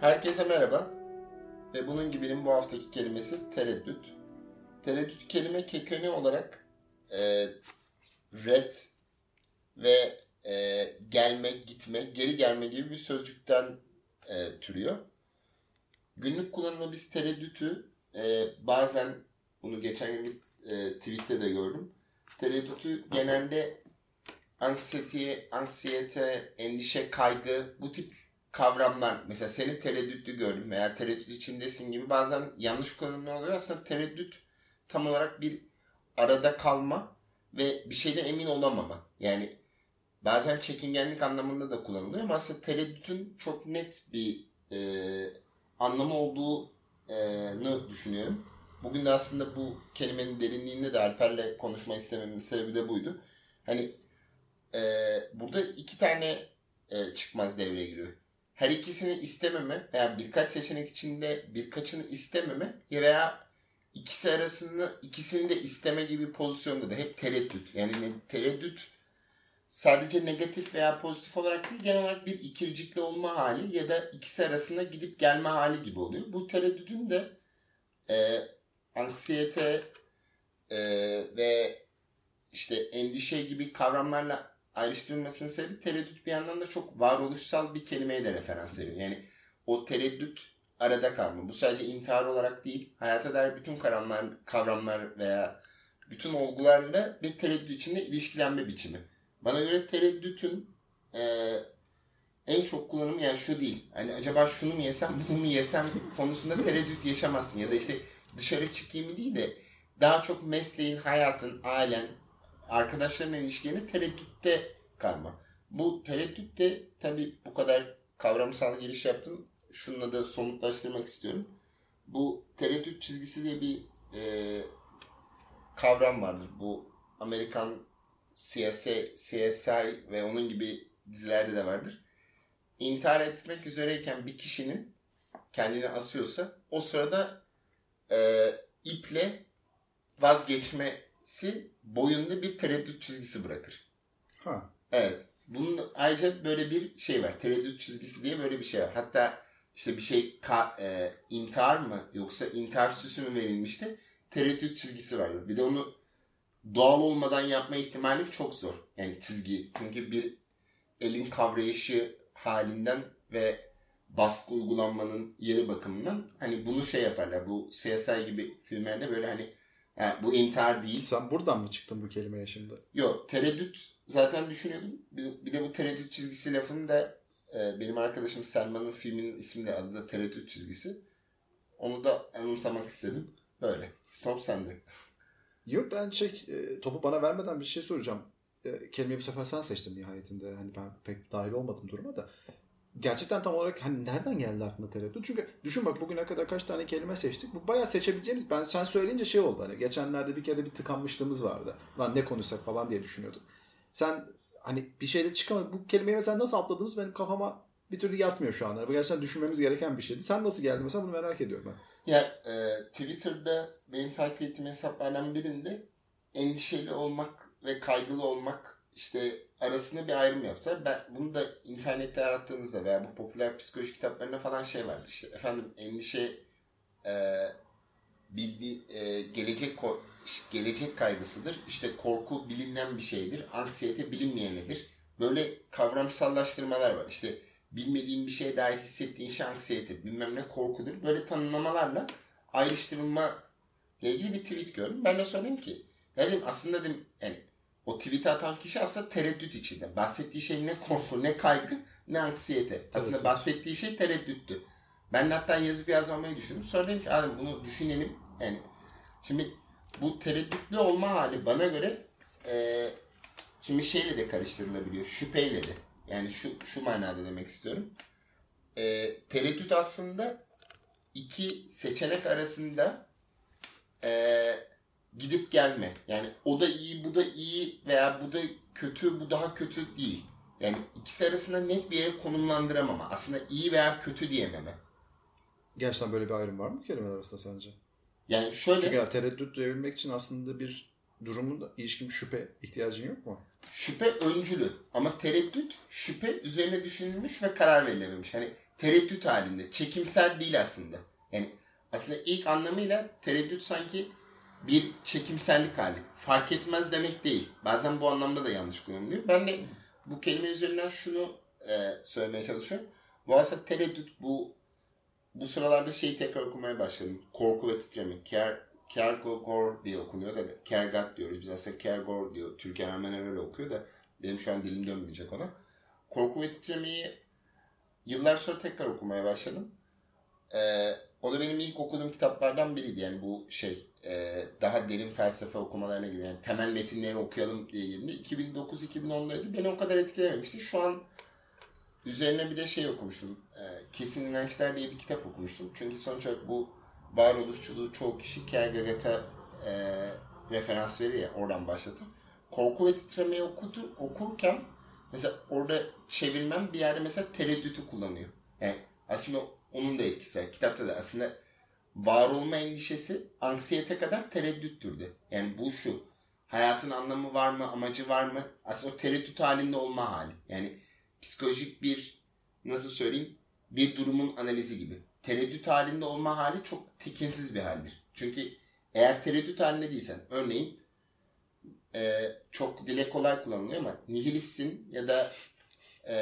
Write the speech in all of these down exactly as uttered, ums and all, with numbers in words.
Herkese merhaba ve bunun gibinin bu haftaki kelimesi tereddüt. Tereddüt kelime kökeni olarak e, red ve e, gelme, gitme, geri gelme gibi bir sözcükten e, türüyor. Günlük kullanımda biz tereddütü e, bazen, bunu geçen gün e, tweette de gördüm. Tereddütü genelde anksiyete, anksiyete, endişe, kaygı, bu tip kavramlar, mesela seni tereddütlü gördüm veya tereddüt içindesin gibi bazen yanlış kullanımlar oluyor. Aslında tereddüt tam olarak bir arada kalma ve bir şeyden emin olamama. Yani bazen çekingenlik anlamında da kullanılıyor ama aslında tereddütün çok net bir e, anlamı olduğunu düşünüyorum. Bugün de aslında bu kelimenin derinliğinde de Alper'le konuşma istememin sebebi de buydu. Hani e, burada iki tane e, çıkmaz devreye giriyor. Her ikisini istememe veya birkaç seçenek içinde birkaçını istememe veya ikisi arasında ikisini de isteme gibi pozisyonda da hep tereddüt. Yani tereddüt sadece negatif veya pozitif olarak değil, genel olarak bir ikircikli olma hali ya da ikisi arasında gidip gelme hali gibi oluyor. Bu tereddütün de e, anksiyete e, ve işte endişe gibi kavramlarla ayrıştırılmasının sebebi, tereddüt bir yandan da çok varoluşsal bir kelimeye de referans veriyor. Yani o tereddüt arada kalma. Bu sadece intihar olarak değil, hayata dair bütün kavramlar, kavramlar veya bütün olgularla bir tereddüt içinde ilişkilenme biçimi. Bana göre tereddütün e, en çok kullanımı yani şu değil. Hani acaba şunu mu yesem, bunu mu yesem konusunda tereddüt yaşamazsın. Ya da işte dışarı çıkayım mı değil de daha çok mesleğin, hayatın, ailen, arkadaşlarla ilişkilerini tereddütte kalma. Bu tereddüt de tabii bu kadar kavramsal giriş yaptım. Şununla da somutlaştırmak istiyorum. Bu tereddüt çizgisi diye bir e, kavram vardır. Bu Amerikan C S I, C S I ve onun gibi dizilerde de vardır. İntihar etmek üzereyken bir kişinin kendini asıyorsa o sırada e, iple vazgeçmesi boyunda bir tereddüt çizgisi bırakır. Ha. Evet. Bunun ayrıca böyle bir şey var. Tereddüt çizgisi diye böyle bir şey var. Hatta işte bir şey ka- e, intihar mı yoksa intihar süsü mü verilmişti? Tereddüt çizgisi var. Bir de onu doğal olmadan yapma ihtimali çok zor. Yani çizgi. Çünkü bir elin kavrayışı halinden ve baskı uygulanmanın yeri bakımından hani bunu şey yaparlar. Bu C S I gibi filmlerde böyle hani yani bu intihar değil. Sen buradan mı çıktın bu kelimeye şimdi? Yok, tereddüt zaten düşünüyordum. Bir, bir de bu tereddüt çizgisi lafını da e, benim arkadaşım Selman'ın filminin ismi de adı da tereddüt çizgisi. Onu da anımsamak istedim. Böyle. Stop sende. Yok ben şey topu bana vermeden bir şey soracağım. E, kelimeyi bu sefer sen seçtin nihayetinde. Hani ben pek dahil olmadım duruma da. Gerçekten tam olarak hani nereden geldi aklına tereddüt? Çünkü düşün bak bugüne kadar kaç tane kelime seçtik. Bu bayağı seçebileceğimiz. Ben sen söyleyince şey oldu hani geçenlerde bir kere bir tıkanmışlığımız vardı. Lan ne konuşsak falan diye düşünüyorduk. Sen hani bir şeyle çıkamadın. Bu kelimeyi mesela nasıl atladığımız benim kafama bir türlü yatmıyor şu anda. Bu gerçekten düşünmemiz gereken bir şeydi. Sen nasıl geldin mesela bunu merak ediyorum ben. Ya e, Twitter'da benim takip ettiğim hesaplardan birinde endişeli olmak ve kaygılı olmak işte arasında bir ayrım yaptılar. Ben bunu da internette arattığınızda veya bu popüler psikoloji kitaplarında falan şey vardı. İşte efendim endişe e, bildi e, gelecek gelecek kaygısıdır. İşte korku bilinen bir şeydir. Anksiyete bilinmeyenedir. Böyle kavramsallaştırmalar var. İşte bilmediğin bir şeye dair hissettiğin şey anksiyete, bilmem ne korkudur. Böyle tanımlamalarla ayrıştırılma ile ilgili bir tweet gördüm. Ben de söyledim ki ya dedim, aslında dedim yani o tweet'i atan kişi aslında tereddüt içinde. Bahsettiği şey ne korku, ne kaygı, ne anksiyete. Aslında evet, bahsettiği şey tereddüttü. Ben de hatta yazıp yazmamayı düşündüm. Sonra dedim ki adam bunu düşünelim. Yani şimdi bu tereddütlü olma hali bana göre e, şimdi şeyle de karıştırılabiliyor. Şüpheyle de. Yani şu şu manada demek istiyorum. E, tereddüt aslında iki seçenek arasında e, gidip gelme. Yani o da iyi, bu da iyi veya bu da kötü, bu daha kötü değil. Yani ikisi arasında net bir yere konumlandıramama. Aslında iyi veya kötü diyememe. Gerçekten böyle bir ayrım var mı kelimeler arasında sence? Yani şöyle. Çünkü ya, tereddüt duyabilmek için aslında bir durumun ilişkin bir şüphe ihtiyacın yok mu? Şüphe öncülü ama tereddüt şüphe üzerine düşünülmüş ve karar verilememiş. Hani tereddüt halinde. Çekimsel değil aslında. Yani aslında ilk anlamıyla tereddüt sanki bir çekimsellik hali. Fark etmez demek değil. Bazen bu anlamda da yanlış kullanılıyor. Ben de bu kelime üzerinden şunu e, söylemeye çalışıyorum. Bu aslında tereddüt, bu bu sıralarda şeyi tekrar okumaya başladım. Korku ve titreme. Ker, Kierkegaard diye okunuyor da Kierkegaard diyoruz. Biz aslında Kierkegaard diyor. Türkiye hemen öyle okuyor da benim şu an dilim dönmeyecek ona. Korku ve titremeyi yıllar sonra tekrar okumaya başladım. Ee, o da benim ilk okuduğum kitaplardan biriydi. Yani bu şey e, daha derin felsefe okumalarına gibi. Yani temel metinleri okuyalım diye girdi. iki bin dokuz iki bin ondaydı. Beni o kadar etkilememişti. Şu an üzerine bir de şey okumuştum. E, Kesin İnançlar diye bir kitap okumuştum. Çünkü sonuç olarak bu varoluşçuluğu çoğu kişi Kierkegaard'a e, referans verir ya, oradan başlatır. Korku ve titremeyi okudu, okurken mesela orada çevirmen bir yerde mesela tereddütü kullanıyor. Yani aslında onun da etkisi var. Kitapta da aslında var olma endişesi anksiyete kadar tereddüttür de. Yani bu şu. Hayatın anlamı var mı? Amacı var mı? Aslında o tereddüt halinde olma hali. Yani psikolojik bir, nasıl söyleyeyim, bir durumun analizi gibi. Tereddüt halinde olma hali çok tekinsiz bir haldir. Çünkü eğer tereddüt halinde değilsen, örneğin e, çok dile kolay kullanılıyor ama nihilistsin ya da e,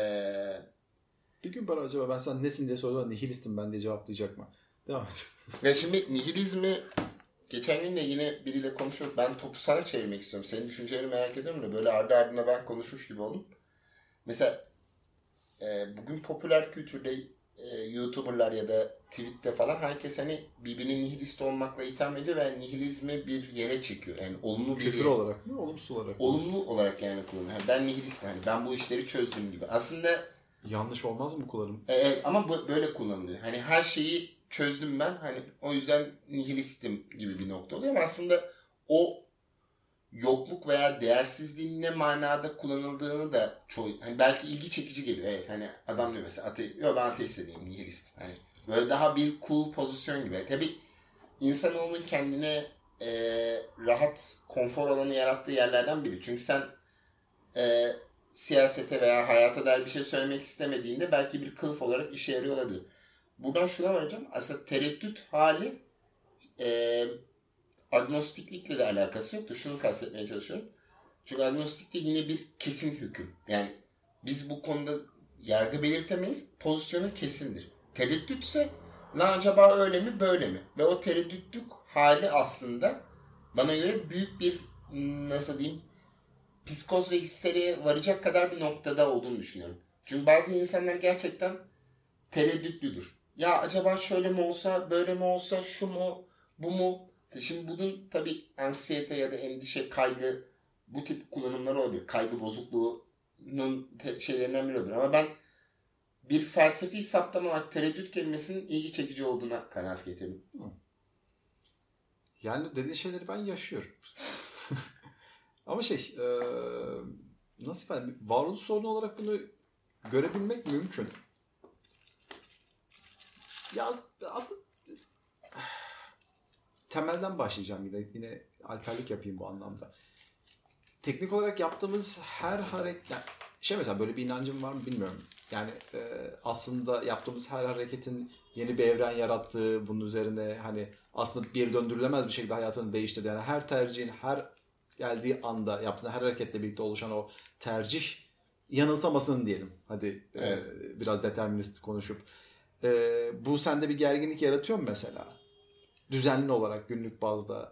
bir gün bana acaba ben sen nesin diye sorduğumda nihilistim ben diye cevaplayacak mı? Devam et. Ve şimdi nihilizmi geçen gün de yine biriyle konuşuyoruz. Ben topu sana çevirmek istiyorum. Senin düşüncelerini merak ediyorum da böyle ardı ardına ben konuşmuş gibi oldum. Mesela e, bugün popüler kültürde e, YouTuber'lar ya da tweet'te falan herkes hani birbirini nihilist olmakla itham ediyor ve nihilizmi bir yere çekiyor. Yani olumlu bir küfür yere, olarak mı? Olumsuz olarak mı? Olumlu olarak yani kullanıyor. Yani ben nihilistim. Hani ben bu işleri çözdüm gibi. Aslında yanlış olmaz mı kullanım? evet, ama bu, böyle kullanılıyor. Hani her şeyi çözdüm ben. Hani o yüzden nihilistim gibi bir nokta oluyor ama aslında o yokluk veya değersizliğin ne manada kullanıldığını da çoğu, hani belki ilgi çekici geliyor. Evet, hani adam diyor mesela ate, yok ben ateist değilim, nihilist. Hani böyle daha bir cool pozisyon gibi. Tabii insanoğlunun kendine e, rahat, konfor alanı yarattığı yerlerden biri. Çünkü sen e, siyasete veya hayata dair bir şey söylemek istemediğinde belki bir kılıf olarak işe yarıyor olabilir. Buradan şuna varacağım. Aslında tereddüt hali e, agnostiklikle de alakası yoktu. Şunu kastetmeye çalışıyorum. Çünkü agnostikte yine bir kesin hüküm. Yani biz bu konuda yargı belirtemeyiz. Pozisyonu kesindir. Tereddütse lan acaba öyle mi böyle mi? Ve o tereddütlük hali aslında bana göre büyük bir, nasıl diyeyim, psikoz ve histeriye varacak kadar bir noktada olduğunu düşünüyorum. Çünkü bazı insanlar gerçekten tereddütlüdür. Ya acaba şöyle mi olsa, böyle mi olsa, şu mu, bu mu? Şimdi bunun tabii anksiyete ya da endişe, kaygı, bu tip kullanımları olabilir. Kaygı bozukluğunun te- şeylerinden biri olabilir. Ama ben bir felsefi saptama olarak tereddüt kelimesinin ilgi çekici olduğuna kanaat getirdim. Yani dediğin şeyleri ben yaşıyorum. Ama şey, e, nasıl efendim, varoluş sorunu olarak bunu görebilmek mümkün. Ya aslında temelden başlayacağım yine. Yine alperlik yapayım bu anlamda. Teknik olarak yaptığımız her hareket, yani şey mesela böyle bir inancım var mı bilmiyorum. Yani e, aslında yaptığımız her hareketin yeni bir evren yarattığı, bunun üzerine hani aslında geri döndürülemez bir şekilde hayatını değiştirdi. Yani her tercihin, her geldiği anda yaptığın her hareketle birlikte oluşan o tercih yanılsamasın diyelim. Hadi evet. e, biraz determinist konuşup. E, bu sende bir gerginlik yaratıyor mu mesela? Düzenli olarak günlük bazda.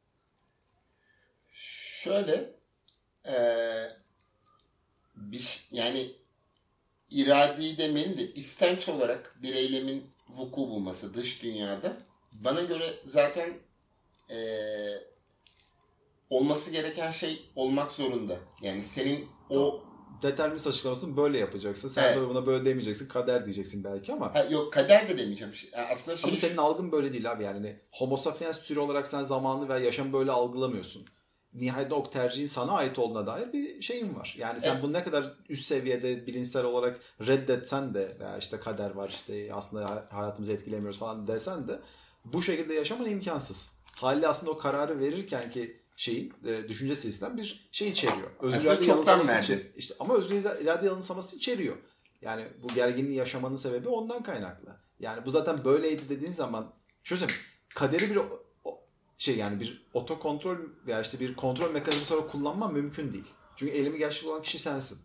Şöyle ee, bir, yani iradi demenin de istenç olarak bir eylemin vuku bulması dış dünyada bana göre zaten ee, olması gereken şey olmak zorunda. Yani senin o determinist açıklamasını böyle yapacaksın. Sen evet. Tabii buna böyle demeyeceksin. Kader diyeceksin belki ama. Ha, yok kader de demeyeceğim. Aslında şey... Ama senin algın böyle değil abi yani. Homo sapiens türü olarak sen zamanı ve yaşamı böyle algılamıyorsun. Nihayet o tercihin sana ait olduğuna dair bir şeyin var. Yani sen evet. Bunu ne kadar üst seviyede bilimsel olarak reddetsen de veya işte kader var işte aslında hayatımızı etkilemiyoruz falan desen de bu şekilde yaşaman imkansız. Haliyle aslında o kararı verirken ki şeyin e, düşünce silsilen bir şey içeriyor. Özgür irade yanılsaması için, işte ama özgür irade yanılsaması içeriyor. Yani bu gerginliği yaşamanın sebebi ondan kaynaklı. Yani bu zaten böyleydi dediğin zaman şu söyleyeyim, kaderi bir o, o, şey yani bir otokontrol veya işte bir kontrol mekanizması olarak kullanman mümkün değil. Çünkü eylemi gerçekleştiren olan kişi sensin.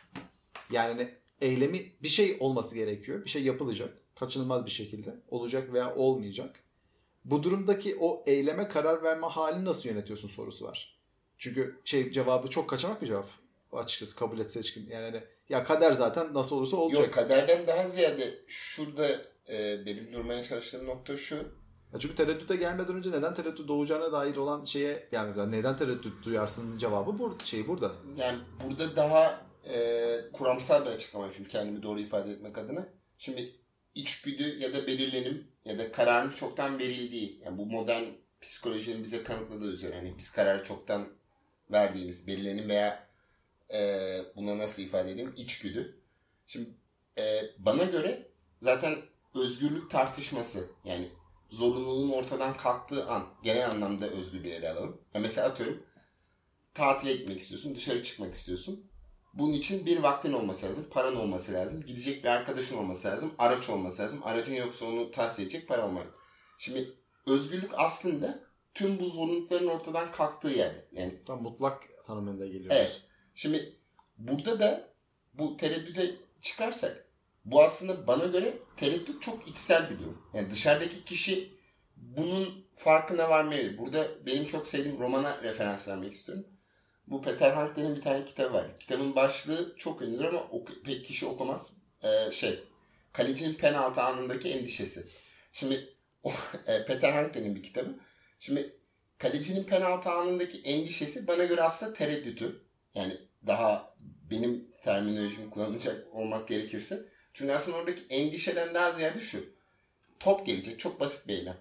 Yani eylemi bir şey olması gerekiyor. Bir şey yapılacak. Kaçınılmaz bir şekilde. Olacak veya olmayacak. Bu durumdaki o eyleme karar verme halini nasıl yönetiyorsun sorusu var. Çünkü şey cevabı çok kaçamak bir cevap. Açıkçası kabul etse seçkin. Yani hani, ya kader zaten nasıl olursa olacak. Yok, kaderden daha ziyade şurada e, benim durmaya çalıştığım nokta şu. Ya çünkü tereddüte gelmeden önce neden tereddüt doğacağına dair olan şeye yani neden tereddüt duyarsın cevabı bu şey burada. Yani burada daha e, kuramsal bir açıklama yapayım kendimi doğru ifade etmek adına. Şimdi içgüdü ya da belirlenim ya da kararın çoktan verildiği, yani bu modern psikolojinin bize kanıtladığı üzere, hani biz kararı çoktan verdiğimiz belirlenim veya e, buna nasıl ifade edeyim, içgüdü. Şimdi e, bana göre zaten özgürlük tartışması, yani zorunluluğun ortadan kalktığı an, genel anlamda özgürlüğü ele alalım. Ya mesela atıyorum, tatile gitmek istiyorsun, dışarı çıkmak istiyorsun. Bunun için bir vaktin olması lazım, paran olması lazım, gidecek bir arkadaşın olması lazım, araç olması lazım. Aracın yoksa onu tahsis edecek para olmalı. Şimdi özgürlük aslında tüm bu zorunlulukların ortadan kalktığı yer. Yani tam mutlak tanımında geliyoruz. Evet. Şimdi burada da bu tereddüde çıkarsak, bu aslında bana göre tereddüt çok içsel bir durum. Yani dışarıdaki kişi bunun farkına varmayabilir. Burada benim çok sevdiğim romana referans vermek istiyorum. Bu Peter Hanke'nin bir tane kitabı var. Kitabın başlığı çok ünlüdür ama ok- pek kişi okumaz. Ee, şey, kalecinin penaltı anındaki endişesi. Şimdi o, e, Peter Hanke'nin bir kitabı. Şimdi kalecinin penaltı anındaki endişesi bana göre aslında tereddütü. Yani daha benim terminolojimi kullanacak olmak gerekirse. Çünkü aslında oradaki endişeden daha ziyade şu. Top gelecek. Çok basit bir eylem.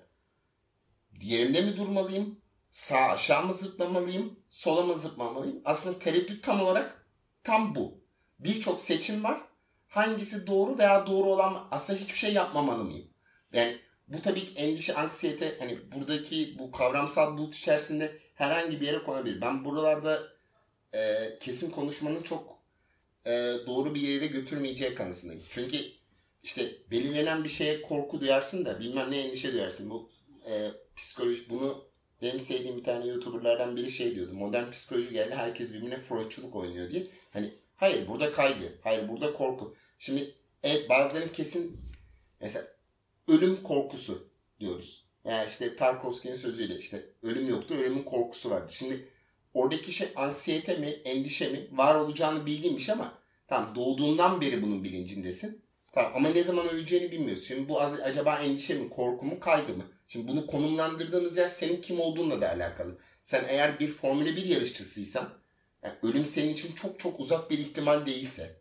Yerimde mi durmalıyım? Sağ aşağı mı zıplamalıyım? Sola mı zıplamalıyım? Aslında tereddüt tam olarak tam bu. Birçok seçim var. Hangisi doğru veya doğru olan, aslında hiçbir şey yapmamalı mıyım? Yani bu tabii ki endişe, anksiyete, hani buradaki bu kavramsal bulut içerisinde herhangi bir yere konabilir. Ben buralarda e, kesin konuşmanın çok e, doğru bir yere götürmeyeceği kanısındayım. Çünkü işte belirlenen bir şeye korku duyarsın da bilmem ne endişe duyarsın. Bu e, psikoloji, bunu benim sevdiğim bir tane YouTuber'lardan biri şey diyordu. Modern psikoloji geldi, herkes birbirine Freudçuluk oynuyor diye. Hani hayır burada kaygı, hayır burada korku. Şimdi evet, bazıları kesin mesela ölüm korkusu diyoruz. Yani işte Tarkovski'nin sözüyle işte ölüm yoktur, ölümün korkusu vardır. Şimdi oradaki şey anksiyete mi, endişe mi? Var olacağını bildiğin bir şey ama tamam, doğduğundan beri bunun bilincindesin. Tamam, ama ne zaman öleceğini bilmiyorsun. Şimdi bu acaba endişe mi, korku mu, kaygı mı? Şimdi bunu konumlandırdığımız yer senin kim olduğunla da alakalı. Sen eğer bir Formula bir yarışçısıysan, yani ölüm senin için çok çok uzak bir ihtimal değilse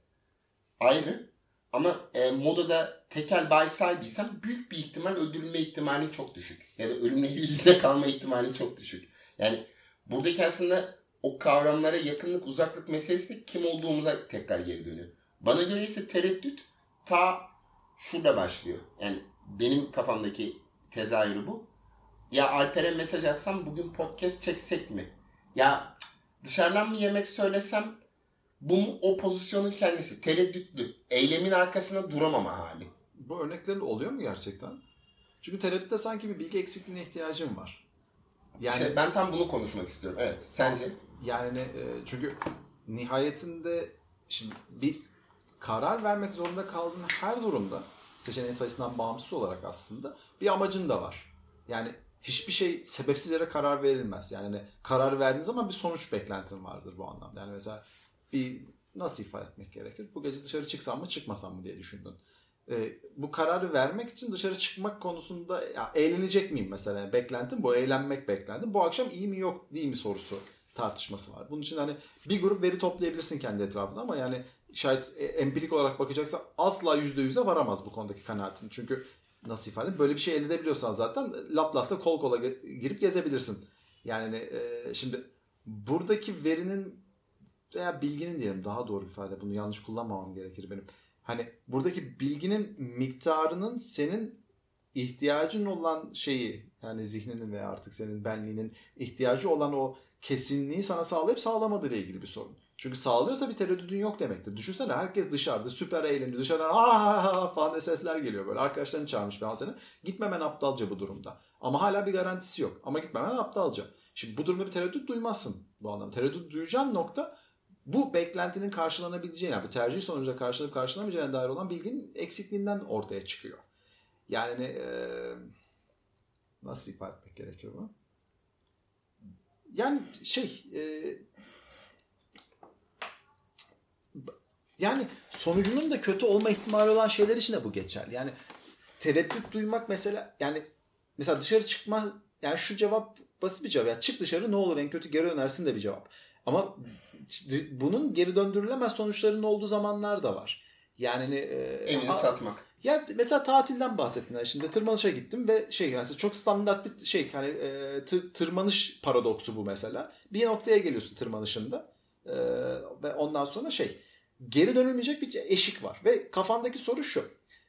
ayrı. Ama e, modada tekel bayi sahibiysen büyük bir ihtimal öldürülme ihtimalin çok düşük. Ya da ölümle yüz yüze kalma ihtimalin çok düşük. Yani buradaki aslında o kavramlara yakınlık uzaklık meselesi de kim olduğumuza tekrar geri dönüyor. Bana göre ise tereddüt ta şurada başlıyor. Yani benim kafamdaki tezahürü bu. Ya Alper'e mesaj atsam bugün podcast çeksek mi? Ya dışarıdan mı yemek söylesem, bu mu? O pozisyonun kendisi. Tereddütlü. Eylemin arkasında duramama hali. Bu örneklerin oluyor mu gerçekten? Çünkü tereddütte sanki bir bilgi eksikliğine ihtiyacım var. Yani işte ben tam bunu konuşmak istiyorum. Evet. Sence? Yani e, çünkü nihayetinde şimdi bir karar vermek zorunda kaldığın her durumda seçeneğin sayısından bağımsız olarak aslında bir amacın da var. Yani hiçbir şey sebepsiz yere karar verilmez. Yani hani karar verdiğin zaman bir sonuç beklentin vardır bu anlamda. Yani mesela bir nasıl ifade etmek gerekir? Bu gece dışarı çıksam mı çıkmasam mı diye düşündün. Ee, bu kararı vermek için dışarı çıkmak konusunda ya, eğlenecek miyim mesela? Yani beklentim bu. Eğlenmek beklentim. Bu akşam iyi mi yok değil mi sorusu tartışması var. Bunun için hani bir grup veri toplayabilirsin kendi etrafında ama yani şayet empirik olarak bakacaksa asla yüzde yüze varamaz bu konudaki kanaatin. Çünkü nasıl ifade edeyim? Böyle bir şey elde edebiliyorsan zaten Laplace'la kol kola girip gezebilirsin. Yani e, şimdi buradaki verinin veya bilginin diyelim daha doğru ifade, bunu yanlış kullanmamam gerekir benim. Hani buradaki bilginin miktarının senin ihtiyacın olan şeyi, yani zihninin veya artık senin benliğinin ihtiyacı olan o kesinliği sana sağlayıp sağlamadığı ile ilgili bir sorun. Çünkü sağlıyorsa bir tereddüdün yok demektir. Düşünsene herkes dışarıda süper eğleniyor. Dışarıdan aaa falan sesler geliyor böyle. Arkadaşlarını çağırmış falan seni. Gitmemen aptalca bu durumda. Ama hala bir garantisi yok. Ama gitmemen aptalca. Şimdi bu durumda bir tereddüt duymazsın bu anlamda. Tereddüt duyacağın nokta bu beklentinin karşılanabileceğine, yani bu tercih sonucunda karşılanıp karşılamayacağına dair olan bilginin eksikliğinden ortaya çıkıyor. Yani e, nasıl ifade etmek gerekiyor bu? Yani şey e, yani sonucunun da kötü olma ihtimali olan şeyler için de bu geçerli. Yani tereddüt duymak mesela, yani mesela dışarı çıkma, yani şu cevap basit bir cevap. Yani çık dışarı, ne olur en kötü geri dönersin de bir cevap. Ama bunun geri döndürülemez sonuçlarının olduğu zamanlar da var. Yani e, evini a- satmak. Ya mesela tatilden bahsettin. Yani şimdi tırmanışa gittim ve şey, yani çok standart bir şey, hani e, tır, tırmanış paradoksu bu mesela. Bir noktaya geliyorsun tırmanışında e, ve ondan sonra şey, geri dönülmeyecek bir eşik var ve kafandaki soru şu: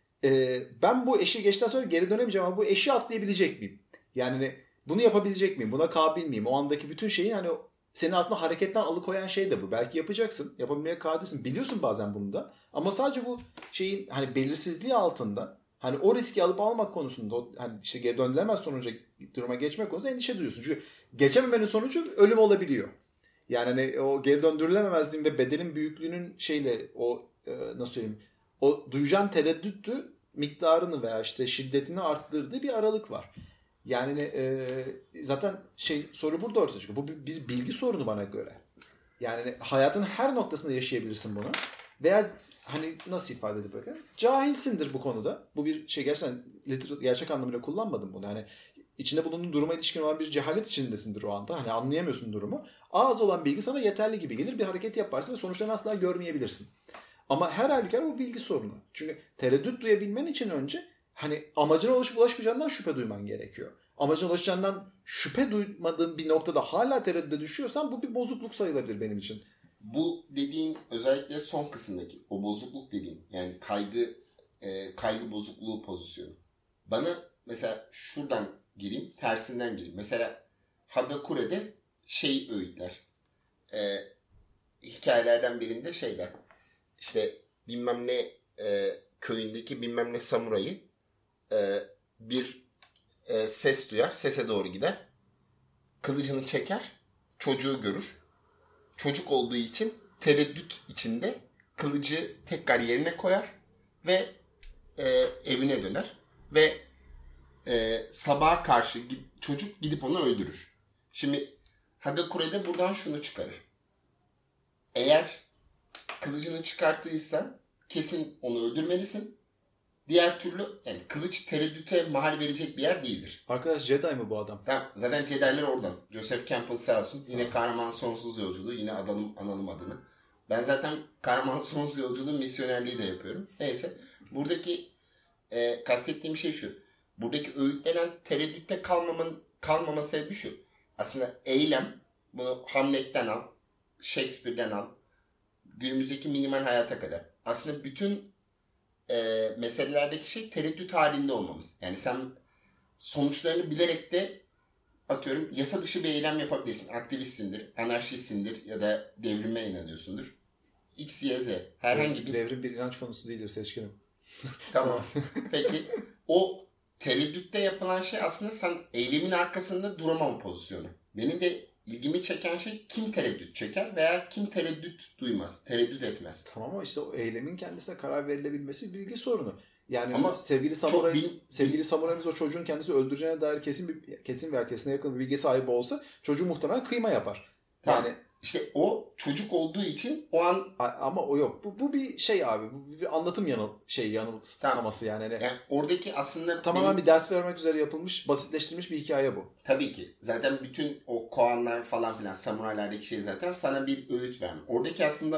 e, ben bu eşiği geçtikten sonra geri dönemeyeceğim ama bu eşiği atlayabilecek miyim? Yani bunu yapabilecek miyim? Buna kabil miyim? O andaki bütün şeyin, hani seni aslında hareketten alıkoyan şey de bu. Belki yapacaksın, yapabilmeye kadirsin. Biliyorsun bazen bunu da. Ama sadece bu şeyin hani belirsizliği altında, hani o riski alıp almak konusunda, hani işte geri dönülemez sonuca duruma geçmek konusunda endişe duyuyorsun. Çünkü geçememenin sonucu ölüm olabiliyor. Yani hani o geri döndürülememezliğin ve bedelin büyüklüğünün şeyle o e, nasıl söyleyeyim, o duyacağın tereddütü miktarını veya işte şiddetini arttırdığı bir aralık var. Yani e, zaten şey, soru burada ortaya çıkıyor. Bu bir, bir bilgi sorunu bana göre. Yani hayatın her noktasında yaşayabilirsin bunu. Veya hani nasıl ifade edip bakın, cahilsindir bu konuda. Bu bir şey, gerçekten literal, gerçek anlamıyla kullanmadım bunu. Yani içinde bulunduğun duruma ilişkin olan bir cehalet içindesindir o anda. Hani anlayamıyorsun durumu. Az olan bilgi sana yeterli gibi gelir. Bir hareket yaparsın ve sonuçlarını asla görmeyebilirsin. Ama her halükarda bu bilgi sorunu. Çünkü tereddüt duyabilmen için önce hani amacına ulaşıp ulaşmayacağından şüphe duyman gerekiyor. Amacına ulaşacağından şüphe duymadığın bir noktada hala tereddüde düşüyorsan bu bir bozukluk sayılabilir benim için. Bu dediğin, özellikle son kısımdaki o bozukluk dediğin, yani kaygı e, kaygı bozukluğu pozisyonu. Bana mesela şuradan gireyim, tersinden gireyim. Mesela Hagakure'de şey öğütler. E, hikayelerden birinde şeyler. İşte bilmem ne e, köyündeki bilmem ne samurayı e, bir e, ses duyar. Sese doğru gider. Kılıcını çeker. Çocuğu görür. Çocuk olduğu için tereddüt içinde kılıcı tekrar yerine koyar ve e, evine döner. Ve e, sabaha karşı çocuk gidip onu öldürür. Şimdi Hagakure'de buradan şunu çıkarır. Eğer kılıcını çıkarttıysan kesin onu öldürmelisin. Diğer türlü yani kılıç tereddüte mahal verecek bir yer değildir. Arkadaş Jedi mi bu adam? Tamam, zaten Jedi'ler oradan. Joseph Campbell sağ olsun. Yine Kahraman Sonsuz Yolculuğu. Yine adalım, analım adını. Ben zaten Kahraman Sonsuz Yolculuğu misyonerliği de yapıyorum. Neyse. Buradaki e, kastettiğim şey şu. Buradaki öğütlenen tereddütte kalmamın, kalmama sebebi şu. Aslında eylem, bunu Hamlet'ten al, Shakespeare'den al, günümüzdeki minimal hayata kadar. Aslında bütün e, meselelerdeki şey tereddüt halinde olmamız. Yani sen sonuçlarını bilerek de atıyorum yasa dışı bir eylem yapabilirsin. Aktivistsindir, anarşistsindir ya da devrime inanıyorsundur. X, Y, Z. Herhangi bir... Devrim bir inanç konusu değildir seçkinim. Tamam. Peki o tereddütte yapılan şey aslında sen eylemin arkasında duramama pozisyonu. Benim de ilgimi çeken şey kim tereddüt çeker veya kim tereddüt duymaz, tereddüt etmez. Tamam ama işte o eylemin kendisine karar verilebilmesi bir bilgi sorunu. Yani ama sevgili samuray, bil, sevgili samurayımız o çocuğun kendisi öldüreceğine dair kesin bir kesin veya kesine yakın bir bilgi sahibi olsa çocuğu muhtemelen kıyma yapar. Tamam. Yani işte o çocuk olduğu için o an ama o yok. Bu, bu bir şey abi. Bu bir anlatım yanıl şey yanılsaması tamam. yani. yani. Yani oradaki aslında tamamen benim, bir ders vermek üzere yapılmış, basitleştirilmiş bir hikaye bu. Tabii ki. Zaten bütün o koanlar falan filan, samuraylardaki şey zaten sana bir öğüt verme. Oradaki aslında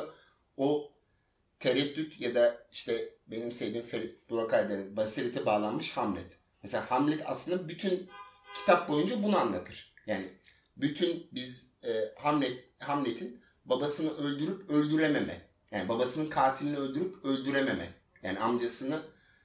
o tereddüt ya da işte benim sevdiğim Ferit Burak Aydar'ın basirete bağlanmış Hamlet. Mesela Hamlet aslında bütün kitap boyunca bunu anlatır. Yani bütün biz e, Hamlet Hamlet'in babasını öldürüp öldürememe. Yani babasının katilini öldürüp öldürememe. Yani amcasını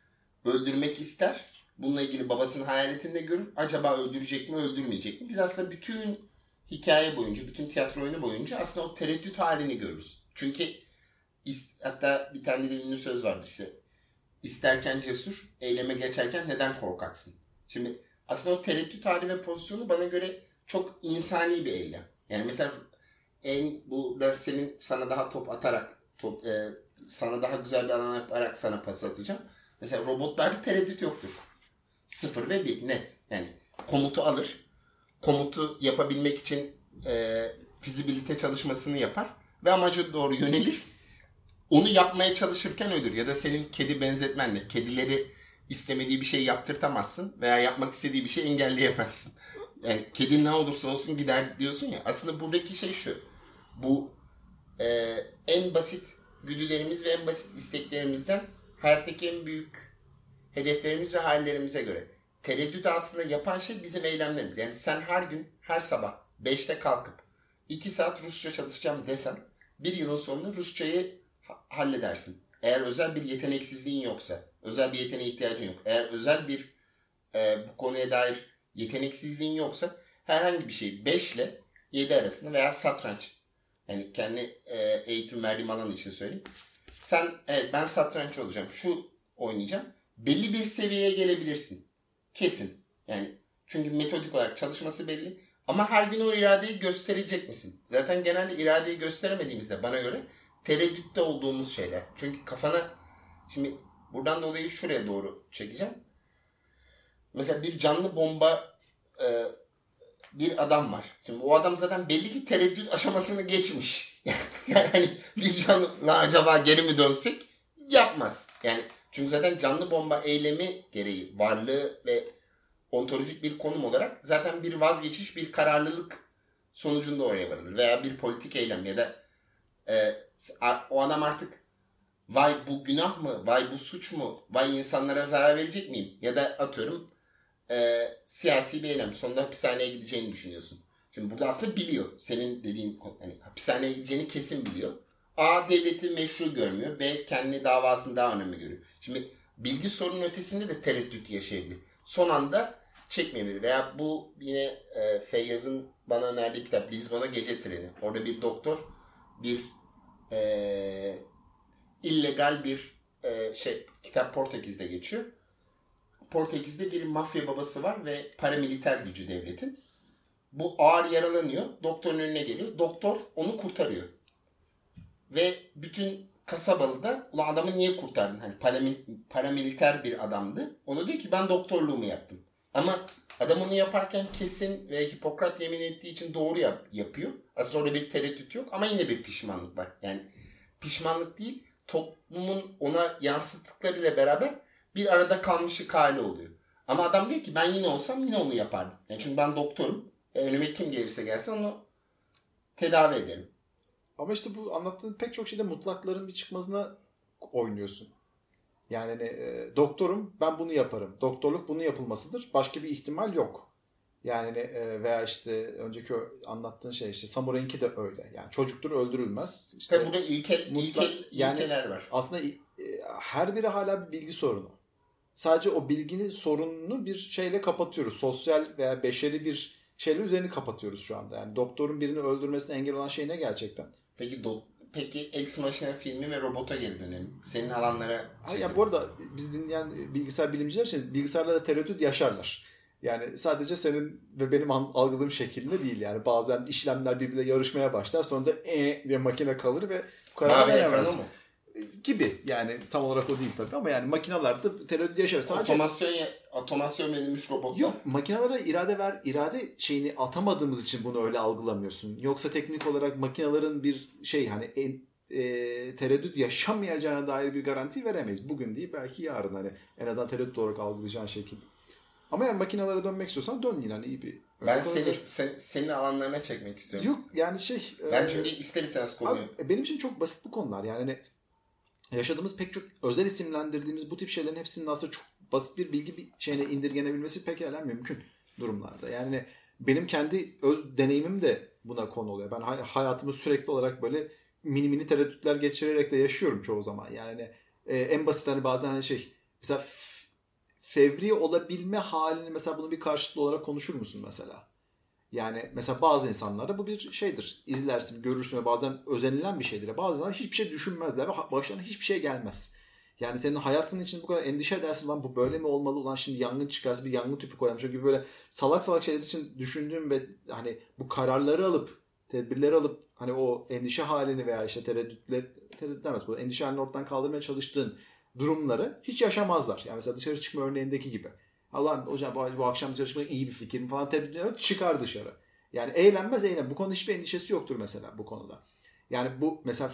öldürmek ister. Bununla ilgili babasının hayaletinde görür. Acaba öldürecek mi, öldürmeyecek mi? Biz aslında bütün hikaye boyunca, bütün tiyatro oyunu boyunca aslında o tereddüt halini görürüz. Çünkü is, hatta bir tane de ünlü söz vardır işte. İsterken cesur, eyleme geçerken neden korkaksın? Şimdi aslında o tereddüt hali ve pozisyonu bana göre çok insani bir eylem. Yani mesela en bu da senin sana daha top atarak top, e, sana daha güzel bir alan yaparak sana pas atacağım. Mesela robotlarda tereddüt yoktur. Sıfır ve bir net. Yani komutu alır. Komutu yapabilmek için e, fizibilite çalışmasını yapar. Ve amaca doğru yönelir. Onu yapmaya çalışırken ölür. Ya da senin kedi benzetmenle kedileri istemediği bir şey yaptırtamazsın. Veya yapmak istediği bir şey engelleyemezsin. Yani kedi ne olursa olsun gider diyorsun ya. Aslında buradaki şey şu. Bu e, en basit güdülerimiz ve en basit isteklerimizden hayattaki en büyük hedeflerimiz ve hayallerimize göre. Tereddüt aslında yapan şey bizim eylemlerimiz. Yani sen her gün, her sabah beşte kalkıp iki saat Rusça çalışacağım desen bir yılın sonunda Rusçayı ha- halledersin. Eğer özel bir yeteneksizliğin yoksa, özel bir yeteneğe ihtiyacın yok. Eğer özel bir e, bu konuya dair yeteneksizliğin yoksa herhangi bir şey beş ile yedi arasında veya satranç. Yani kendi e, eğitim verdiğim alan için söyleyeyim. Sen evet ben satranç olacağım. Şu oynayacağım. Belli bir seviyeye gelebilirsin. Kesin. Yani çünkü metodik olarak çalışması belli. Ama her gün o iradeyi gösterecek misin? Zaten genelde iradeyi gösteremediğimizde bana göre tereddütte olduğumuz şeyler. Çünkü kafana şimdi buradan dolayı şuraya doğru çekeceğim. Mesela bir canlı bomba e, bir adam var. Şimdi o adam zaten belli ki tereddüt aşamasını geçmiş. Yani hani bir canlı acaba geri mi dönsek? Yapmaz. Yani çünkü zaten canlı bomba eylemi gereği varlığı ve ontolojik bir konum olarak zaten bir vazgeçiş, bir kararlılık sonucunda oraya varılır. Veya bir politik eylem ya da e, o adam artık vay bu günah mı, vay bu suç mu, vay insanlara zarar verecek miyim? Ya da atıyorum e, siyasi bir eylem. Sonunda hapishaneye gideceğini düşünüyorsun. Şimdi burada aslında biliyor. Senin dediğin hani hapishaneye gideceğini kesin biliyor. A devleti meşru görmüyor. B kendi davasını daha önemli görüyor. Şimdi bilgi sorunun ötesinde de tereddüt yaşayabilir. Son anda çekmeyebilir. Veya bu yine e, Feyyaz'ın bana önerdiği kitap Lizbon'a Gece Treni. Orada bir doktor bir e, illegal bir e, şey kitap Portekiz'de geçiyor. Portekiz'de bir mafya babası var ve paramiliter gücü devletin. Bu ağır yaralanıyor. Doktorun önüne geliyor. Doktor onu kurtarıyor. Ve bütün kasabalı da ulan adamı niye kurtardın? Hani paramiliter bir adamdı. O da diyor ki ben doktorluğumu yaptım. Ama adam onu yaparken kesin ve Hipokrat yemin ettiği için doğru yap, yapıyor. Aslında orada bir tereddüt yok ama yine bir pişmanlık var. Yani pişmanlık değil, toplumun ona yansıttıklarıyla beraber bir arada kalmışlık hali oluyor. Ama adam diyor ki ben yine olsam yine onu yapardım. Yani çünkü ben doktorum. E, önüme kim gelirse gelsin onu tedavi ederim. Ama işte bu anlattığın pek çok şeyde mutlakların bir çıkmazına oynuyorsun. Yani hani, e, doktorum ben bunu yaparım. Doktorluk bunun yapılmasıdır. Başka bir ihtimal yok. Yani hani, e, veya işte önceki anlattığın şey işte Samurai'nki de öyle. Yani çocuktur öldürülmez. İşte tabii burada ilkel, mutlak, ilkel, yani ilkeler var. Aslında e, her biri hala bir bilgi sorunu. Sadece o bilginin sorununu bir şeyle kapatıyoruz. Sosyal veya beşeri bir şeyle üzerini kapatıyoruz şu anda. Yani doktorun birini öldürmesine engel olan şey ne gerçekten? Peki do- peki Ex Machina filmi ve robota geri dönelim. Senin alanlara... Hayır, yani bu arada biz dinleyen bilgisayar bilimciler için bilgisayarlarda tereddüt yaşarlar. Yani sadece senin ve benim algıladığım şekilde değil yani. Bazen işlemler birbirine yarışmaya başlar. Sonra da ee diye makine kalır ve karar veremez. Gibi yani tam olarak o değil tabii ama yani makinalarda tereddüt yaşar. Sadece otomasyon otomasyon verilmiş robotlar. Yok, makinalara irade ver irade şeyini atamadığımız için bunu öyle algılamıyorsun. Yoksa teknik olarak makinaların bir şey hani e, e, tereddüt yaşamayacağına dair bir garanti veremeyiz. Bugün değil belki yarın hani en azından tereddüt olarak algılayacağın şekilde. Ama yani makinalara dönmek istiyorsan dön yine hani iyi bir. Ben seni sen, senin alanlarına çekmek istiyorum. Yok yani şey. Ben çünkü e, ister istemez konuyu. Benim için çok basit bu konular yani. Hani yaşadığımız pek çok özel isimlendirdiğimiz bu tip şeylerin hepsinin aslında çok basit bir bilgi bir şeyine indirgenebilmesi pekala mümkün durumlarda. Yani benim kendi öz deneyimim de buna konu oluyor. Ben hayatımı sürekli olarak böyle mini mini tereddütler geçirerek de yaşıyorum çoğu zaman. Yani e, en basit hani bazen hani şey mesela fevri olabilme halini mesela bunun bir karşılığı olarak konuşur musun mesela? Yani mesela bazı insanlarda bu bir şeydir. İzlersin, görürsün ve bazen özenilen bir şeydir. Bazıları hiçbir şey düşünmezler ve başlarına hiçbir şey gelmez. Yani senin hayatın için bu kadar endişe edersin. Lan bu böyle mi olmalı? Ulan şimdi yangın çıkarsa bir yangın tüpü koyalım. Çünkü böyle salak salak şeyler için düşündüğüm ve hani bu kararları alıp, tedbirleri alıp hani o endişe halini veya işte tereddütler, tereddüt demez bu. Endişe halini ortadan kaldırmaya çalıştığın durumları hiç yaşamazlar. Yani mesela dışarı çıkma örneğindeki gibi. Allah'ım hocam bu, bu akşam dışarı çıkmak iyi bir fikir mi falan tereddüt ediyor. Çıkar dışarı. Yani eğlenmez eğlen. Bu konuda hiçbir endişesi yoktur mesela bu konuda. Yani bu mesela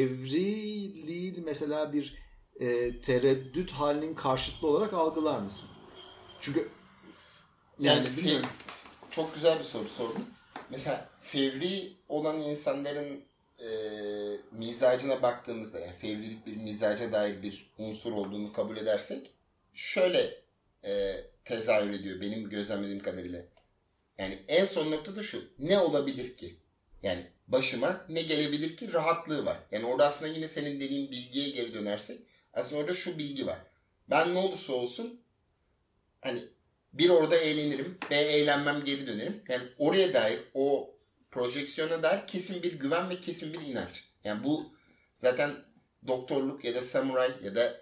fevriliği mesela bir e, tereddüt halinin karşıtlı olarak algılar mısın? Çünkü yani, yani bilmiyorum. Çok güzel bir soru sordun. Mesela fevri olan insanların e, mizacına baktığımızda, yani fevrilik bir mizaca dair bir unsur olduğunu kabul edersek şöyle e, tezahür ediyor benim gözlemlediğim kadarıyla. Yani en son noktada şu: ne olabilir ki? Yani başıma ne gelebilir ki rahatlığı var. Yani orada aslında yine senin dediğin bilgiye geri dönersek aslında orada şu bilgi var. Ben ne olursa olsun hani bir orada eğlenirim, B eğlenmem, geri dönerim. Yani oraya dair, o projeksiyona dair kesin bir güven ve kesin bir inanç. Yani bu zaten doktorluk ya da samuray ya da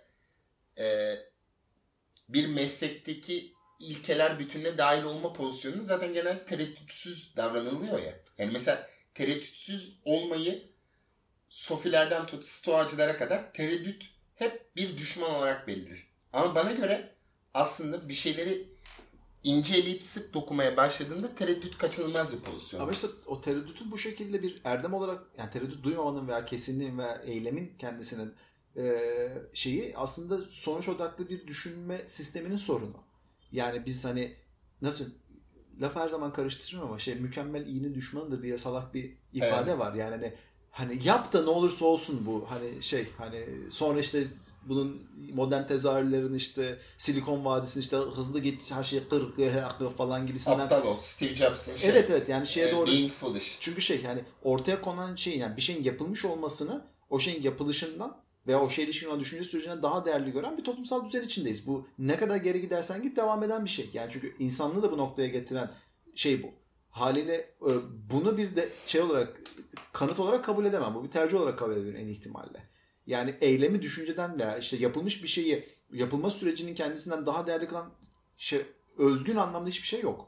e, bir meslekteki ilkeler bütününe dahil olma pozisyonunda zaten genelde tereddütsüz davranılıyor ya. Yani mesela tereddütsüz olmayı sofilerden tut stoacılara kadar tereddüt hep bir düşman olarak belirir. Ama bana göre aslında bir şeyleri inceleyip sık dokumaya başladığında tereddüt kaçınılmaz bir pozisyon. Ama işte o tereddütün bu şekilde bir erdem olarak, yani tereddüt duymamanın veya kesinliğin veya eylemin kendisinin e, şeyi aslında sonuç odaklı bir düşünme sisteminin sorunu. Yani biz hani nasıl, laf her zaman karıştırırım ama şey, mükemmel iyinin düşmanıdır diye salak bir ifade evet. var. Yani hani, hani yap da ne olursa olsun bu. Hani şey, hani sonra işte bunun modern tezahürlerini işte Silikon Vadisi'nin işte hızlı git her şeyi kır falan gibisinden. Aptal ol. Steve Jobs'ın şey. Evet evet yani şeye doğru. Being foolish. Çünkü şey, yani ortaya konan şeyin, yani bir şeyin yapılmış olmasını o şeyin yapılışından veya o şeyle ilişkin olan düşünce sürecine daha değerli gören bir toplumsal düzen içindeyiz. Bu ne kadar geri gidersen git devam eden bir şey. Yani çünkü insanlığı da bu noktaya getiren şey bu. Haliyle bunu bir de şey olarak, kanıt olarak kabul edemem. Bu bir tercih olarak kabul edilir en ihtimalle. Yani eylemi düşünceden veya işte yapılmış bir şeyi yapılma sürecinin kendisinden daha değerli kılan şey, özgün anlamda hiçbir şey yok.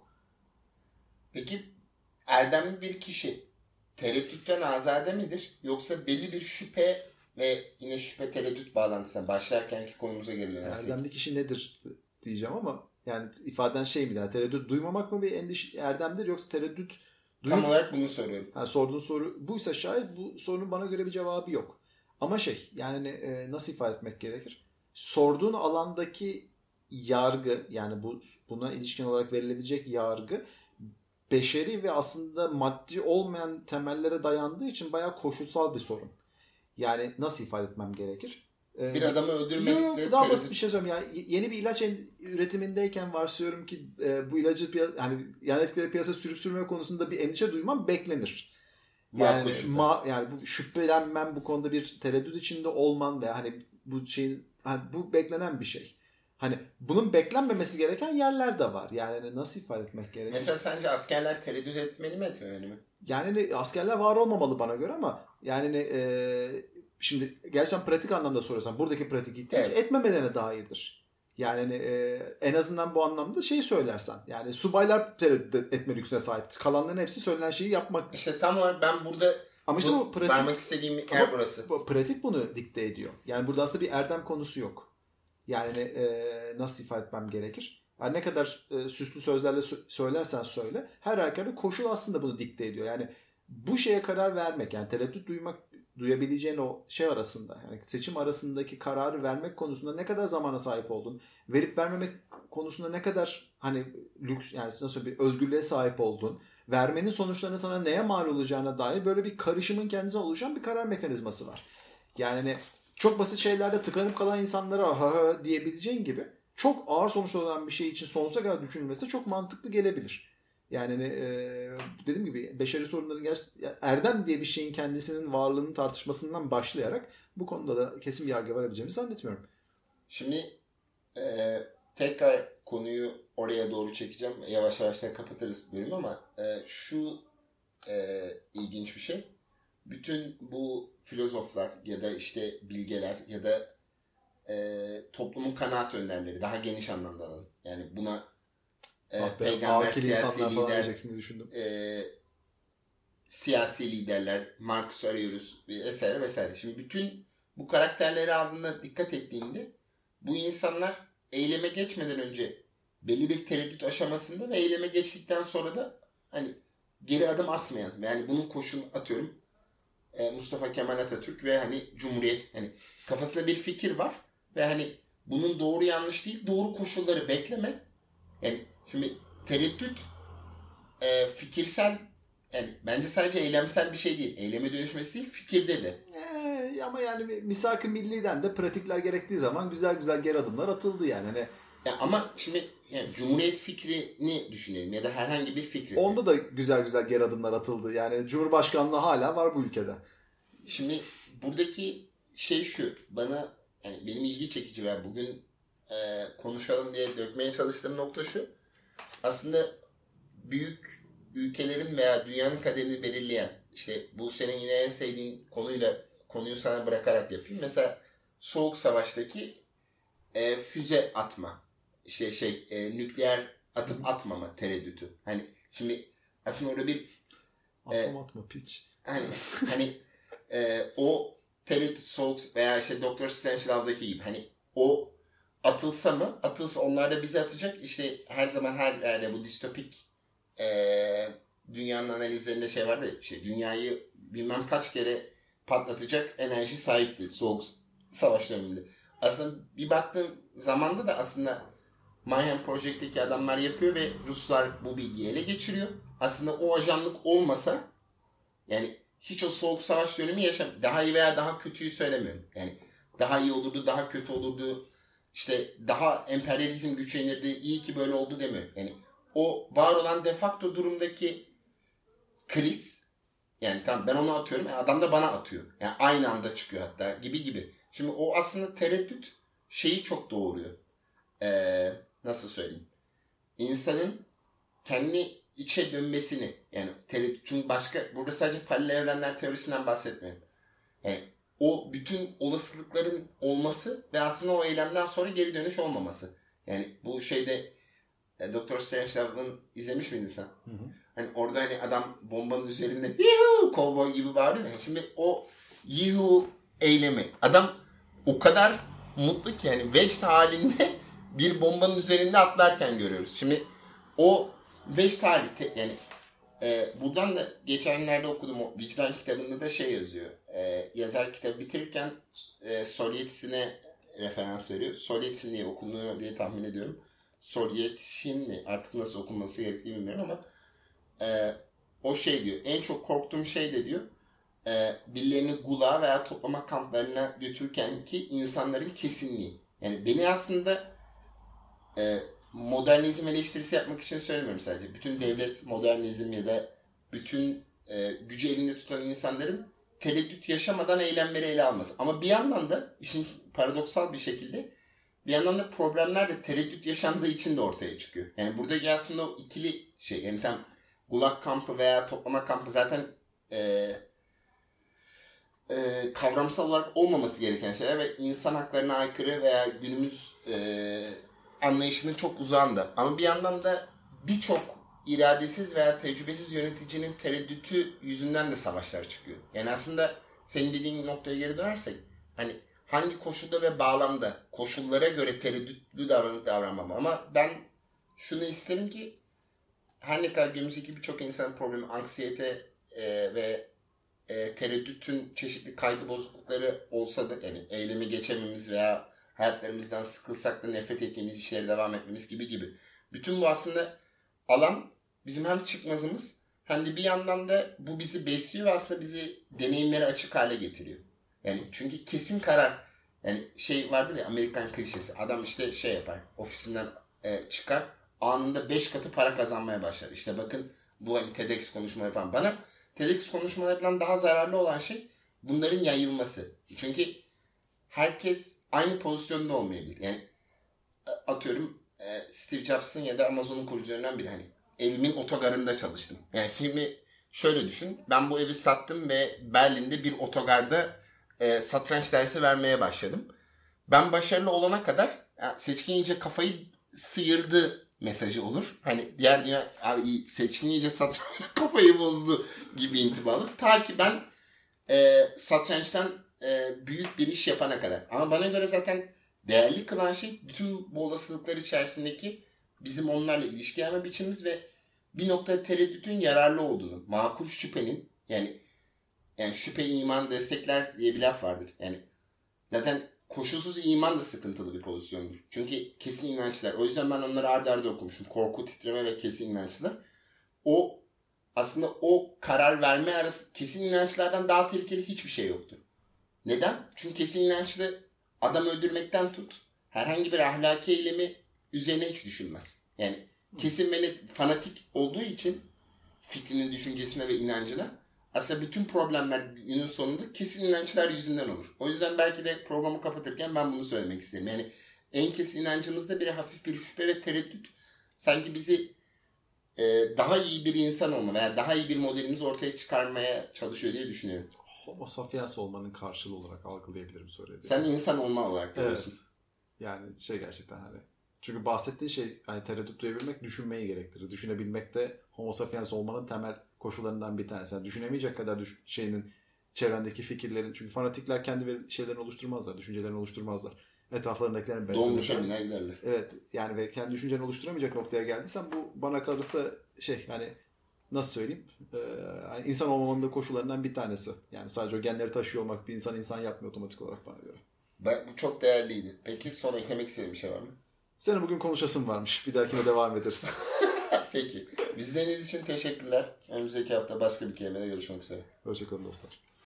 Peki erdemli bir kişi tereddütten azade midir? Yoksa belli bir şüphe ve yine şüphe tereddüt bağlantısına başlarkenki konumuza geri dönersek. Erdemli kişi nedir diyeceğim ama yani ifaden şey mi? Yani tereddüt duymamak mı bir endiş erdemdir, yoksa tereddüt duyup... Tam olarak bunu soruyorum. Yani sorduğun soru buysa şayet bu sorunun bana göre bir cevabı yok. Ama şey, yani e, nasıl ifade etmek gerekir? Sorduğun alandaki yargı, yani bu buna ilişkin olarak verilebilecek yargı beşeri ve aslında maddi olmayan temellere dayandığı için bayağı koşulsal bir sorun. Yani nasıl ifade etmem gerekir? Bir adamı öldürmekle... Yok yok, daha basit bir şey söyleyeyim. Yani yeni bir ilaç üretimindeyken varsayıyorum ki e, bu ilacı piya- yani yan etkileri piyasaya sürüp sürme konusunda bir endişe duymam beklenir. Yani ma, yani bu şüphelenmem, bu konuda bir tereddüt içinde olman veya hani bu şeyin, hani bu beklenen bir şey. Hani bunun beklenmemesi gereken yerler de var. Yani nasıl ifade etmek gerekir? Mesela sence askerler tereddüt etmeli mi, etmemeli mi? Yani askerler var olmamalı bana göre ama yani e, şimdi gerçekten pratik anlamda soruyorsan buradaki pratik evet. etmemelerine dairdir. Yani e, en azından bu anlamda şeyi söylersen, yani subaylar tereddüt etme lüksüne sahiptir. Kalanların hepsi söylenen şeyi yapmak. İşte tam olarak ben burada ama işte bu pratik, vermek istediğim yer burası. Bu, pratik bunu dikte ediyor. Yani burada aslında bir erdem konusu yok. Yani e, nasıl ifade etmem gerekir? Yani ne kadar e, süslü sözlerle sö- söylersen söyle, her halükarda koşul aslında bunu dikte ediyor. Yani bu şeye karar vermek, yani tereddüt duymak, duyabileceğin o şey arasında, yani seçim arasındaki kararı vermek konusunda ne kadar zamana sahip oldun, verip vermemek konusunda ne kadar hani lüks, yani nasıl bir özgürlüğe sahip oldun, vermenin sonuçlarının sana neye mal olacağına dair böyle bir karışımın kendisine oluşan bir karar mekanizması var. Yani çok basit şeylerde tıkanıp kalan insanlara ha ha diyebileceğin gibi çok ağır sonuçlar olan bir şey için sonsuza kadar düşünülmesi de çok mantıklı gelebilir. Yani e, dediğim gibi beşeri sorunların ger- erdem diye bir şeyin kendisinin varlığının tartışmasından başlayarak bu konuda da kesin bir yargı varabileceğimizi zannetmiyorum. Şimdi e, tekrar konuyu oraya doğru çekeceğim. Yavaş yavaş da kapatırız bölümü ama e, şu e, ilginç bir şey. Bütün bu filozoflar ya da işte bilgeler ya da e, toplumun kanaat önderleri daha geniş anlamda alalım. Yani buna e, ah be, peygamber, akil siyasi insanlar falan lider, diyeceksin diye düşündüm. e, siyasi liderler, Marcus Aurelius vesaire vesaire. Şimdi bütün bu karakterleri aldığında dikkat ettiğinde bu insanlar eyleme geçmeden önce belli bir tereddüt aşamasında ve eyleme geçtikten sonra da hani geri adım atmayan, yani bunun koşulu atıyorum e, Mustafa Kemal Atatürk ve hani Cumhuriyet, hani kafasında bir fikir var ve hani bunun doğru yanlış değil, doğru koşulları bekleme. Yani şimdi tereddüt e, fikirsel, yani bence sadece eylemsel bir şey değil. Eyleme dönüşmesi değil, fikirde de. Ee, ama yani misak-ı milliden de pratikler gerektiği zaman güzel güzel geri adımlar atıldı yani. Hani ya ama şimdi yani Cumhuriyet fikrini düşünelim ya da herhangi bir fikri. onda da güzel güzel geri adımlar atıldı. Yani Cumhurbaşkanlığı hala var bu ülkede. Şimdi buradaki şey şu, bana yani benim ilgi çekici ve bugün e, konuşalım diye dökmeye çalıştığım nokta şu. Aslında büyük ülkelerin veya dünyanın kaderini belirleyen, işte bu senin yine en sevdiğin konuyla konuyu sana bırakarak yapayım. Mesela Soğuk Savaş'taki e, füze atma, işte şey e, nükleer atıp atmama tereddütü. Hani şimdi aslında orada bir Atma atma piç. Hani hani e, o tereddüt soğuk veya işte Doctor Strange'daki gibi hani o atılsa mı? Atılsa onlar da bizi atacak. İşte her zaman her yerde bu distopik e, dünyanın analizlerinde şey vardı ya, işte dünyayı bilmem kaç kere patlatacak enerji sahipti soğuk savaş döneminde. Aslında bir baktığın zamanda da aslında Mayhem Project'teki adamlar yapıyor ve Ruslar bu bilgiyi ele geçiriyor. Aslında o ajanlık olmasa, yani hiç o soğuk savaş dönemi yaşam. Daha iyi veya daha kötüyü söylemiyorum. Yani daha iyi olurdu, daha kötü olurdu. İşte daha emperyalizm güçlenirdi, iyi ki böyle oldu demiyorum. Yani o var olan de facto durumdaki kriz, yani tamam ben onu atıyorum, adam da bana atıyor. Yani aynı anda çıkıyor hatta gibi gibi. Şimdi o aslında tereddüt şeyi çok doğuruyor. Ee, nasıl söyleyeyim? İnsanın kendi içe dönmesini, yani tereddüt, çünkü başka burada sadece paralel evrenler teorisinden bahsetmiyorum. Yani o bütün olasılıkların olması ve aslında o eylemden sonra geri dönüş olmaması. Yani bu şeyde e, Doctor Strange'ın izlemiş miydin sen? Hı hı. Hani orada hani adam bombanın üzerinde yuhuu kovboy gibi bağırıyor. Yani şimdi o yuhuu eylemi. Adam o kadar mutlu ki yani vecd halinde bir bombanın üzerinde atlarken görüyoruz. Şimdi o beş tarih yani e, buradan da geçenlerde okudum, o Vicdan kitabında da şey yazıyor. E, yazar kitabı bitirirken e, Solyetsin'e referans veriyor. Solyetsin diye okunuyor diye tahmin ediyorum. Solyetsin mi? Artık nasıl okunması gerektiğini bilmiyorum ama e, o şey diyor. En çok korktuğum şey de diyor. E, birilerini gulağa veya toplama kamplarına götürürken ki insanların kesinliği. Yani beni aslında e, modernizm eleştirisi yapmak için söylemiyorum sadece. Bütün devlet modernizm ya da bütün e, gücü elinde tutan insanların tereddüt yaşamadan eylemleri ele alması. Ama bir yandan da işin paradoksal bir şekilde bir yandan da problemler de tereddüt yaşandığı için de ortaya çıkıyor. Yani burada aslında o ikili şey, yani tam gulag kampı veya toplama kampı zaten e, e, kavramsal olarak olmaması gereken şeyler ve insan haklarına aykırı veya günümüz e, anlayışının çok uzağında. Ama bir yandan da birçok iradesiz veya tecrübesiz yöneticinin tereddütü yüzünden de savaşlar çıkıyor. Yani aslında senin dediğin noktaya geri dönersek hani hangi koşulda ve bağlamda koşullara göre tereddütlü davranıp davranmam. Ama ben şunu isterim ki her ne kadar günümüzdeki birçok insanın problemi anksiyete e, ve e, tereddütün çeşitli kaygı bozuklukları olsa da, yani eyleme geçememiz veya hayatlarımızdan sıkılsak da nefret ettiğimiz işlere devam etmemiz gibi gibi. Bütün bu aslında alan bizim hem çıkmazımız hem de bir yandan da bu bizi besliyor ve aslında bizi deneyimlere açık hale getiriyor. Yani çünkü kesin karar, yani şey vardır ya Amerikan klişesi, adam işte şey yapar, ofisinden e, çıkar anında beş katı para kazanmaya başlar. İşte bakın bu hani TEDx konuşmaları falan. Bana TEDx konuşmalarından daha zararlı olan şey bunların yayılması. Çünkü herkes aynı pozisyonda olmayabilir. Yani atıyorum e, Steve Jobs'ın ya da Amazon'un kurucularından biri. Hani evimin otogarında çalıştım. Yani şimdi şöyle düşün. Ben bu evi sattım ve Berlin'de bir otogarda e, satranç dersi vermeye başladım. Ben başarılı olana kadar ya, Seçkin iyice kafayı sıyırdı mesajı olur. Hani diğer dünya abi Seçkin iyice satranç kafayı bozdu gibi intiba olur. Ta ki ben e, satrançtan e, büyük bir iş yapana kadar. Ama bana göre zaten değerli kılan şey bütün bu olasılıklar içerisindeki bizim onlarla ilişkilenme biçimimiz ve bir noktada tereddütün yararlı olduğunu, makul şüphenin yani yani şüphe iman destekler diye bir laf vardır. Yani zaten koşulsuz iman da sıkıntılı bir pozisyondur. Çünkü kesin inançlar. O yüzden ben onları arda arda okumuşum. Korku, titreme ve kesin inançlar. O aslında o karar verme arası kesin inançlardan daha tehlikeli hiçbir şey yoktur. Neden? Çünkü kesin inançlı adam öldürmekten tut herhangi bir ahlaki eylemi üzerine hiç düşünmez. Yani kesin ve net fanatik olduğu için fikrinin düşüncesine ve inancına aslında bütün problemler günün sonunda kesin inançlar yüzünden olur. O yüzden belki de programı kapatırken ben bunu söylemek isterim. Yani en kesin inancımızda bir hafif bir şüphe ve tereddüt sanki bizi e, daha iyi bir insan olma veya daha iyi bir modelimiz ortaya çıkarmaya çalışıyor diye düşünüyorum. Homo sapiens olmanın karşılığı olarak algılayabilirim söylediğim. Sen insan olma olarak görüyorsun. Evet. Yani şey gerçekten hani. Çünkü bahsettiğin şey hani tereddüt duyabilmek düşünmeyi gerektirir. Düşünebilmek de homo sapiens olmanın temel koşullarından bir tanesi. Yani düşünemeyecek kadar düş- şeyinin çevrendeki fikirlerin. Çünkü fanatikler kendi şeylerini oluşturmazlar. Düşüncelerini oluşturmazlar. Etraflarındakilerin beslenirler. Dolmuşa biner giderler. Evet yani ve kendi düşüncelerini oluşturamayacak noktaya geldiysen bu bana kalırsa şey yani nasıl söyleyeyim ee, yani insan olmamanın da koşullarından bir tanesi. Yani sadece o genleri taşıyor olmak bir insan insan yapmıyor otomatik olarak bana göre. Ben, bu çok değerliydi. Peki son eklemek istediğin bir şey var mı? Senin bugün konuşasın varmış. Bir dahakine devam ederiz. Peki. Bizleriniz için teşekkürler. Önümüzdeki hafta başka bir kelimede görüşmek üzere. Hoşçakalın dostlar.